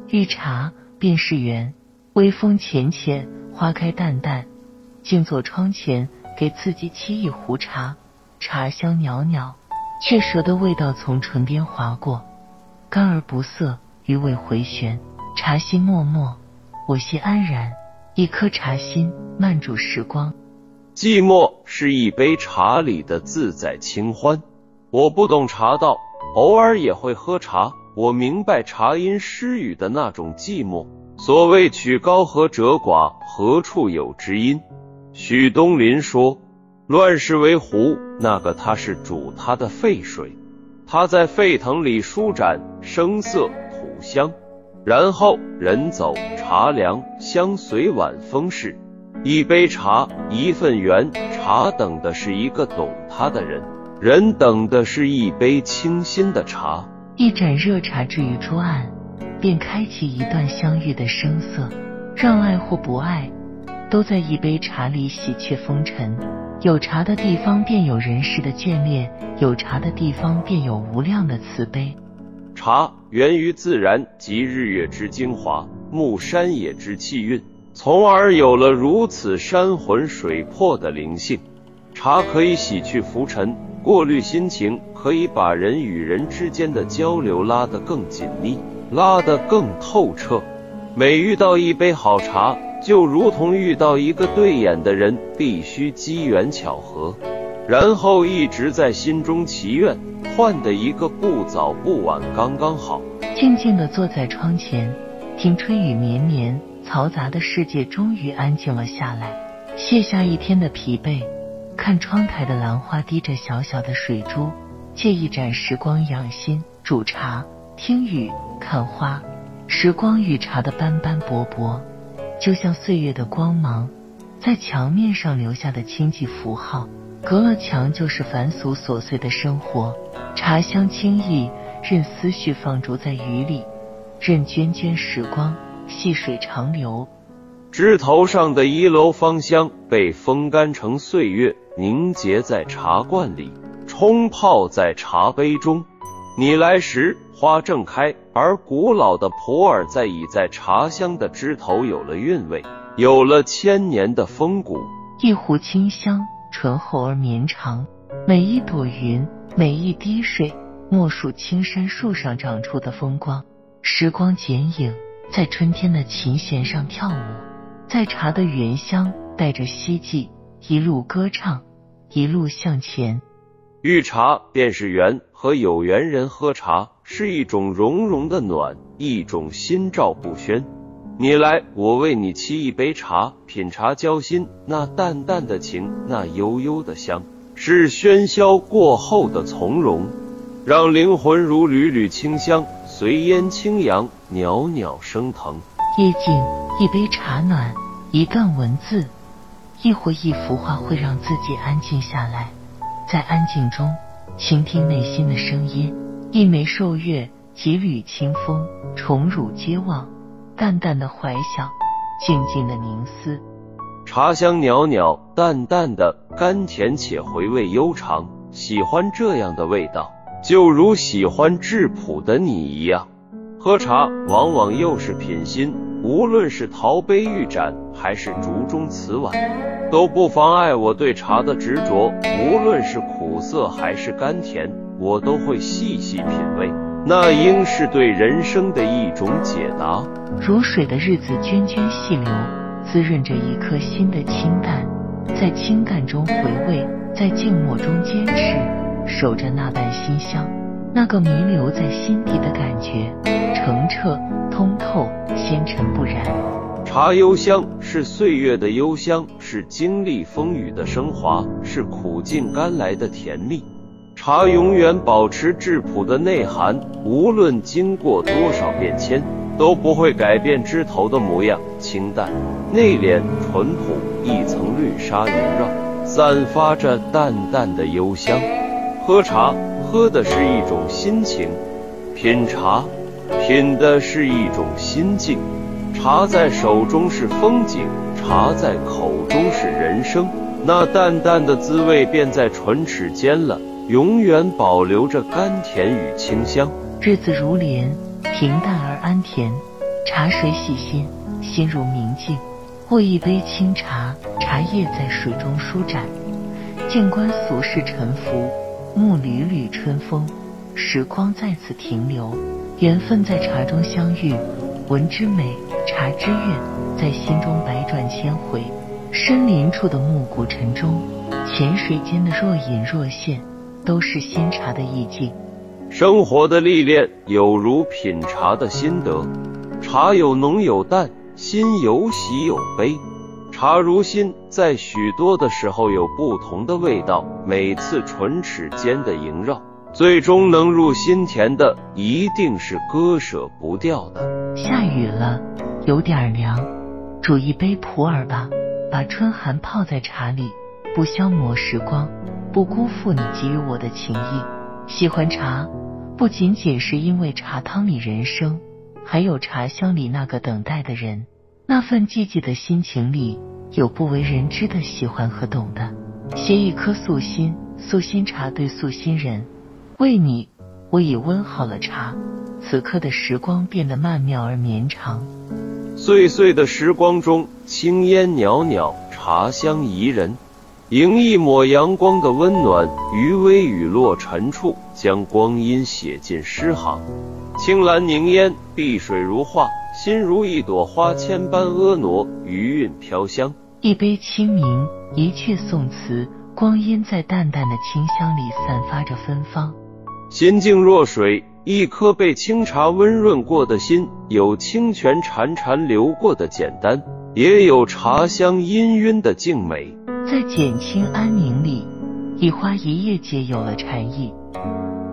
遇茶便是缘，微风浅浅，花开淡淡，静坐窗前，给自己沏一壶茶，茶香袅袅，雀舌的味道从唇边划过，干而不涩，余味回旋，茶心脉脉，我心安然，一颗茶心慢煮时光。 寂寞是一杯茶里的自在清欢。我不懂茶道，偶尔也会喝茶，我明白茶因诗语的那种寂寞。所谓曲高和折寡，何处有知音？许东林说，乱世为壶，那个他是煮他的沸水，他在沸腾里舒展声色土香，然后人走茶凉，香随晚风逝。一杯茶，一份缘，茶等的是一个懂他的人，人等的是一杯清新的茶。 一盏热茶置于桌案，便开启一段相遇的声色，让爱或不爱都在一杯茶里喜鹊风尘。有茶的地方便有人世的眷恋，有茶的地方便有无量的慈悲。 茶源于自然，即日月之精华，木山野之气韵，从而有了如此山魂水魄的灵性。茶可以洗去浮尘，过滤心情，可以把人与人之间的交流拉得更紧密，拉得更透彻。每遇到一杯好茶，就如同遇到一个对眼的人，必须机缘巧合，然后一直在心中祈愿，换的一个不早不晚刚刚好。 静静地坐在窗前，听春雨绵绵，嘈杂的世界终于安静了下来，卸下一天的疲惫，看窗台的兰花滴着小小的水珠，借一盏时光养心，煮茶，听雨，看花。时光与茶的斑斑驳驳，就像岁月的光芒，在墙面上留下的清寂符号。隔了墙就是凡俗琐碎的生活，茶香轻逸，任思绪放逐在雨里，任涓涓时光细水长流。 枝头上的一篓芳香被风干成岁月，凝结在茶罐里，冲泡在茶杯中。你来时花正开，而古老的普洱在已在茶香的枝头有了韵味，有了千年的风骨。 一壶清香，醇厚而绵长，每一朵云，每一滴水，莫数青山树上长出的风光。时光剪影，在春天的琴弦上跳舞，在茶的原香带着希冀，一路歌唱，一路向前。 遇茶便是缘，和有缘人喝茶是一种融融的暖，一种心照不宣。你来，我为你沏一杯茶，品茶交心，那淡淡的情，那悠悠的香，是喧嚣过后的从容，让灵魂如缕缕清香，随烟轻扬，袅袅升腾。 夜静，一杯茶暖，一段文字，一回一幅画，会让自己安静下来，在安静中倾听内心的声音。一枚受月，几缕清风，宠辱皆忘，淡淡的怀想，静静的凝思。 茶香袅袅，淡淡的，甘甜且回味悠长。喜欢这样的味道，就如喜欢质朴的你一样。喝茶往往又是品心，无论是陶杯玉盏，还是竹中瓷碗，都不妨碍我对茶的执着。无论是苦涩还是甘甜，我都会细细品味，那应是对人生的一种解答。 如水的日子涓涓细流，滋润着一颗心的清淡，在清淡中回味，在静默中坚持，守着那半馨香，那个弥留在心底的感觉，澄澈通透，纤尘不染。 茶幽香是岁月的幽香，是经历风雨的升华，是苦尽甘来的甜蜜。茶永远保持质朴的内涵，无论经过多少变迁，都不会改变枝头的模样，清淡内敛淳朴，一层绿纱萦绕，散发着淡淡的幽香。喝茶喝的是一种心情，品茶品的是一种心境。茶在手中是风景，茶在口中是人生，那淡淡的滋味便在唇齿间了，永远保留着甘甜与清香。 日子如莲，平淡而安甜， 茶水洗心，心如明镜。或一杯清茶，茶叶在水中舒展，静观俗世沉浮，目缕缕春风。时光在此停留，缘分在茶中相遇。闻之美，茶之悦，在心中百转千回。深林处的暮鼓晨钟，浅水间的若隐若现，都是新茶的意境。 生活的历练有如品茶的心得，茶有浓有淡，心有喜有悲。茶如心，在许多的时候有不同的味道，每次唇齿间的萦绕，最终能入心田的一定是割舍不掉的。 下雨了，有点凉，煮一杯普洱吧，把春寒泡在茶里，不消磨时光，不辜负你给予我的情谊。喜欢茶，不仅仅是因为茶汤里人生，还有茶香里那个等待的人，那份寂寂的心情里有不为人知的喜欢和懂的。携一颗素心，素心茶对素心人，为你，我已温好了茶。此刻的时光变得曼妙而绵长。 岁岁的时光中，青烟袅袅，茶香宜人。迎一抹阳光的温暖，余微雨落尘处，将光阴写进诗行。青蓝凝烟，碧水如画，心如一朵花，千般婀娜，余韵飘香。 一杯清明，一阙宋词，光阴在淡淡的清香里散发着芬芳。 心静若水，一颗被清茶温润过的心，有清泉潺潺流过的简单，也有茶香氤氲的静美。 在简清安宁里，一花一叶皆有了禅意。